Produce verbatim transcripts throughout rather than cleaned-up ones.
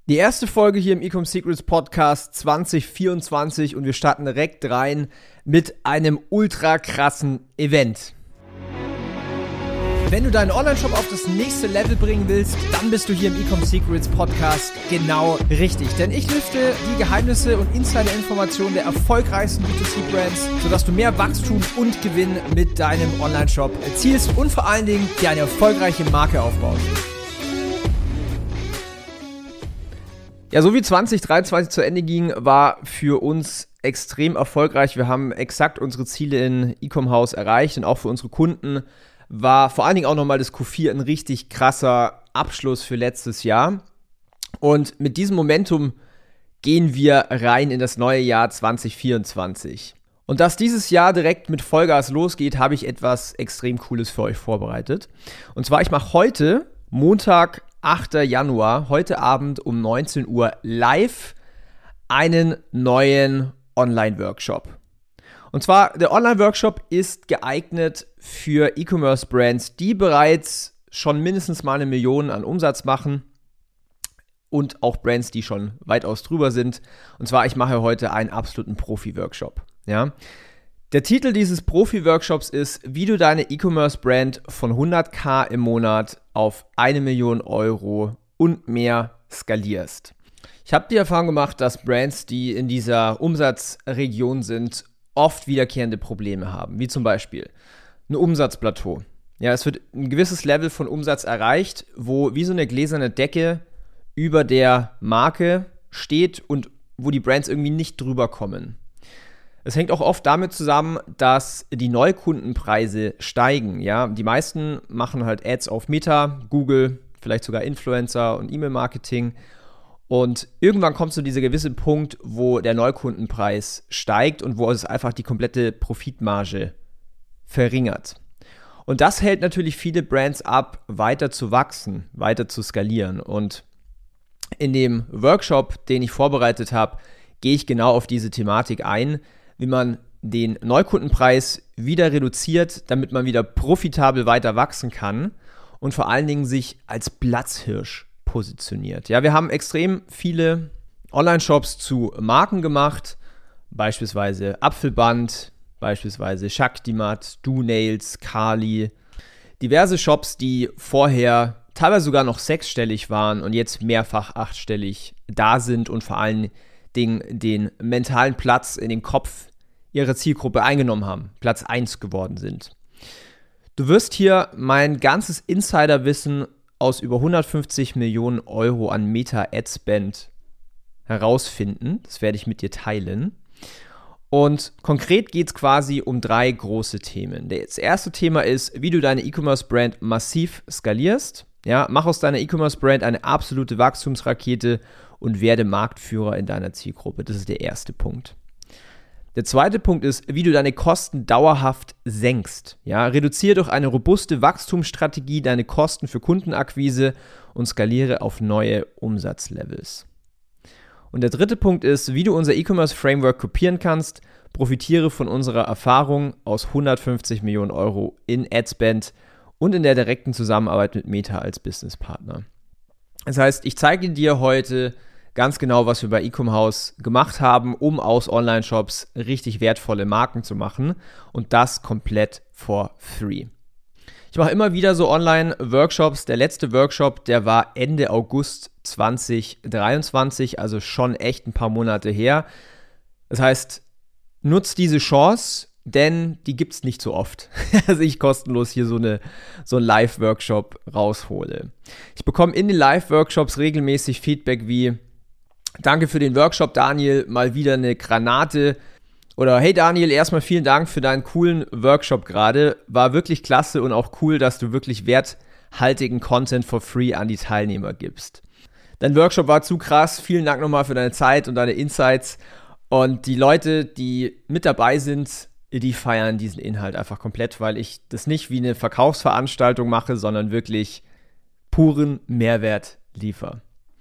Die erste Folge hier im Ecom Secrets Podcast zwanzig vierundzwanzig und wir starten direkt rein mit einem ultra krassen Event. Wenn du deinen Online-Shop auf das nächste Level bringen willst, dann bist du hier im Ecom Secrets Podcast genau richtig. Denn ich lüfte die Geheimnisse und Insider-Informationen der erfolgreichsten B zwei C-Brands, sodass du mehr Wachstum und Gewinn mit deinem Online-Shop erzielst und vor allen Dingen dir eine erfolgreiche Marke aufbaust. Ja, so wie zwanzig dreiundzwanzig zu Ende ging, war für uns extrem erfolgreich. Wir haben exakt unsere Ziele in Ecom House erreicht und auch für unsere Kunden war vor allen Dingen auch nochmal das Q vier ein richtig krasser Abschluss für letztes Jahr. Und mit diesem Momentum gehen wir rein in das neue Jahr zwanzig vierundzwanzig. Und dass dieses Jahr direkt mit Vollgas losgeht, habe ich etwas extrem Cooles für euch vorbereitet. Und zwar, ich mache heute, Montag, achter Januar, heute Abend um neunzehn Uhr live einen neuen Online-Workshop. Und zwar, der Online-Workshop ist geeignet für E-Commerce-Brands, die bereits schon mindestens mal eine Million an Umsatz machen und auch Brands, die schon weitaus drüber sind. Und zwar, ich mache heute einen absoluten Profi-Workshop. Ja? Der Titel dieses Profi-Workshops ist, wie du deine E-Commerce-Brand von hunderttausend im Monat auf eine Million Euro und mehr skalierst. Ich habe die Erfahrung gemacht, dass Brands, die in dieser Umsatzregion sind, oft wiederkehrende Probleme haben, wie zum Beispiel ein Umsatzplateau. Ja, es wird ein gewisses Level von Umsatz erreicht, wo wie so eine gläserne Decke über der Marke steht und wo die Brands irgendwie nicht drüber kommen. Es hängt auch oft damit zusammen, dass die Neukundenpreise steigen. Ja, die meisten machen halt Ads auf Meta, Google, vielleicht sogar Influencer und E-Mail-Marketing. Und irgendwann kommt so dieser gewisse Punkt, wo der Neukundenpreis steigt und wo es einfach die komplette Profitmarge verringert. Und das hält natürlich viele Brands ab, weiter zu wachsen, weiter zu skalieren. Und in dem Workshop, den ich vorbereitet habe, gehe ich genau auf diese Thematik ein, wie man den Neukundenpreis wieder reduziert, damit man wieder profitabel weiter wachsen kann und vor allen Dingen sich als Platzhirsch positioniert. Ja, wir haben extrem viele Online-Shops zu Marken gemacht, beispielsweise Apfelband, beispielsweise Shaktimat, DoNails, Kali, diverse Shops, die vorher teilweise sogar noch sechsstellig waren und jetzt mehrfach achtstellig da sind und vor allen Dingen den mentalen Platz in den Kopf ihrer Zielgruppe eingenommen haben, Platz eins geworden sind. Du wirst hier mein ganzes Insiderwissen aus über hundertfünfzig Millionen Euro an Meta-Ad-Spend herausfinden. Das werde ich mit dir teilen. Und konkret geht es quasi um drei große Themen. Das erste Thema ist, wie du deine E-Commerce-Brand massiv skalierst. Ja, mach aus deiner E-Commerce-Brand eine absolute Wachstumsrakete und werde Marktführer in deiner Zielgruppe. Das ist der erste Punkt. Der zweite Punkt ist, wie du deine Kosten dauerhaft senkst. Ja, reduziere durch eine robuste Wachstumsstrategie deine Kosten für Kundenakquise und skaliere auf neue Umsatzlevels. Und der dritte Punkt ist, wie du unser E-Commerce-Framework kopieren kannst. Profitiere von unserer Erfahrung aus hundertfünfzig Millionen Euro in Adspend und in der direkten Zusammenarbeit mit Meta als Businesspartner. Das heißt, ich zeige dir heute ganz genau, was wir bei Ecom House gemacht haben, um aus Online-Shops richtig wertvolle Marken zu machen und das komplett for free. Ich mache immer wieder so Online-Workshops. Der letzte Workshop, der war Ende August zwanzig dreiundzwanzig, also schon echt ein paar Monate her. Das heißt, nutzt diese Chance, denn die gibt es nicht so oft, dass ich kostenlos hier so, eine, so einen Live-Workshop raushole. Ich bekomme in den Live-Workshops regelmäßig Feedback wie: Danke für den Workshop, Daniel, mal wieder eine Granate. Oder hey Daniel, erstmal vielen Dank für deinen coolen Workshop gerade. War wirklich klasse und auch cool, dass du wirklich werthaltigen Content for free an die Teilnehmer gibst. Dein Workshop war zu krass. Vielen Dank nochmal für deine Zeit und deine Insights. Und die Leute, die mit dabei sind, die feiern diesen Inhalt einfach komplett, weil ich das nicht wie eine Verkaufsveranstaltung mache, sondern wirklich puren Mehrwert liefere.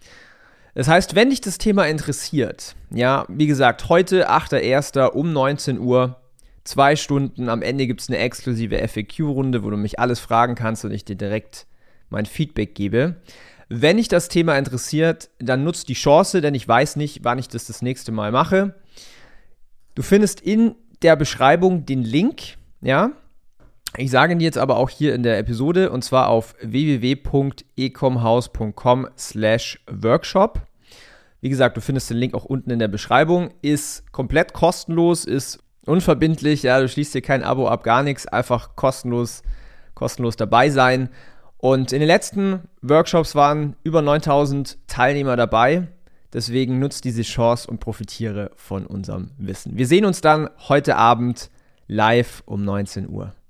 Das heißt, wenn dich das Thema interessiert, ja, wie gesagt, heute, achter erster um neunzehn Uhr, zwei Stunden, am Ende gibt es eine exklusive F A Q-Runde, wo du mich alles fragen kannst und ich dir direkt mein Feedback gebe. Wenn dich das Thema interessiert, dann nutzt die Chance, denn ich weiß nicht, wann ich das das nächste Mal mache. Du findest in der Beschreibung den Link, ja. Ich sage ihn jetzt aber auch hier in der Episode, und zwar auf w w w punkt ecomhaus punkt com slash workshop. Wie gesagt, du findest den Link auch unten in der Beschreibung. Ist komplett kostenlos, ist unverbindlich, ja, du schließt dir kein Abo ab, gar nichts, einfach kostenlos, kostenlos dabei sein. Und in den letzten Workshops waren über neuntausend Teilnehmer dabei. Deswegen nutzt diese Chance und profitiere von unserem Wissen. Wir sehen uns dann heute Abend live um neunzehn Uhr.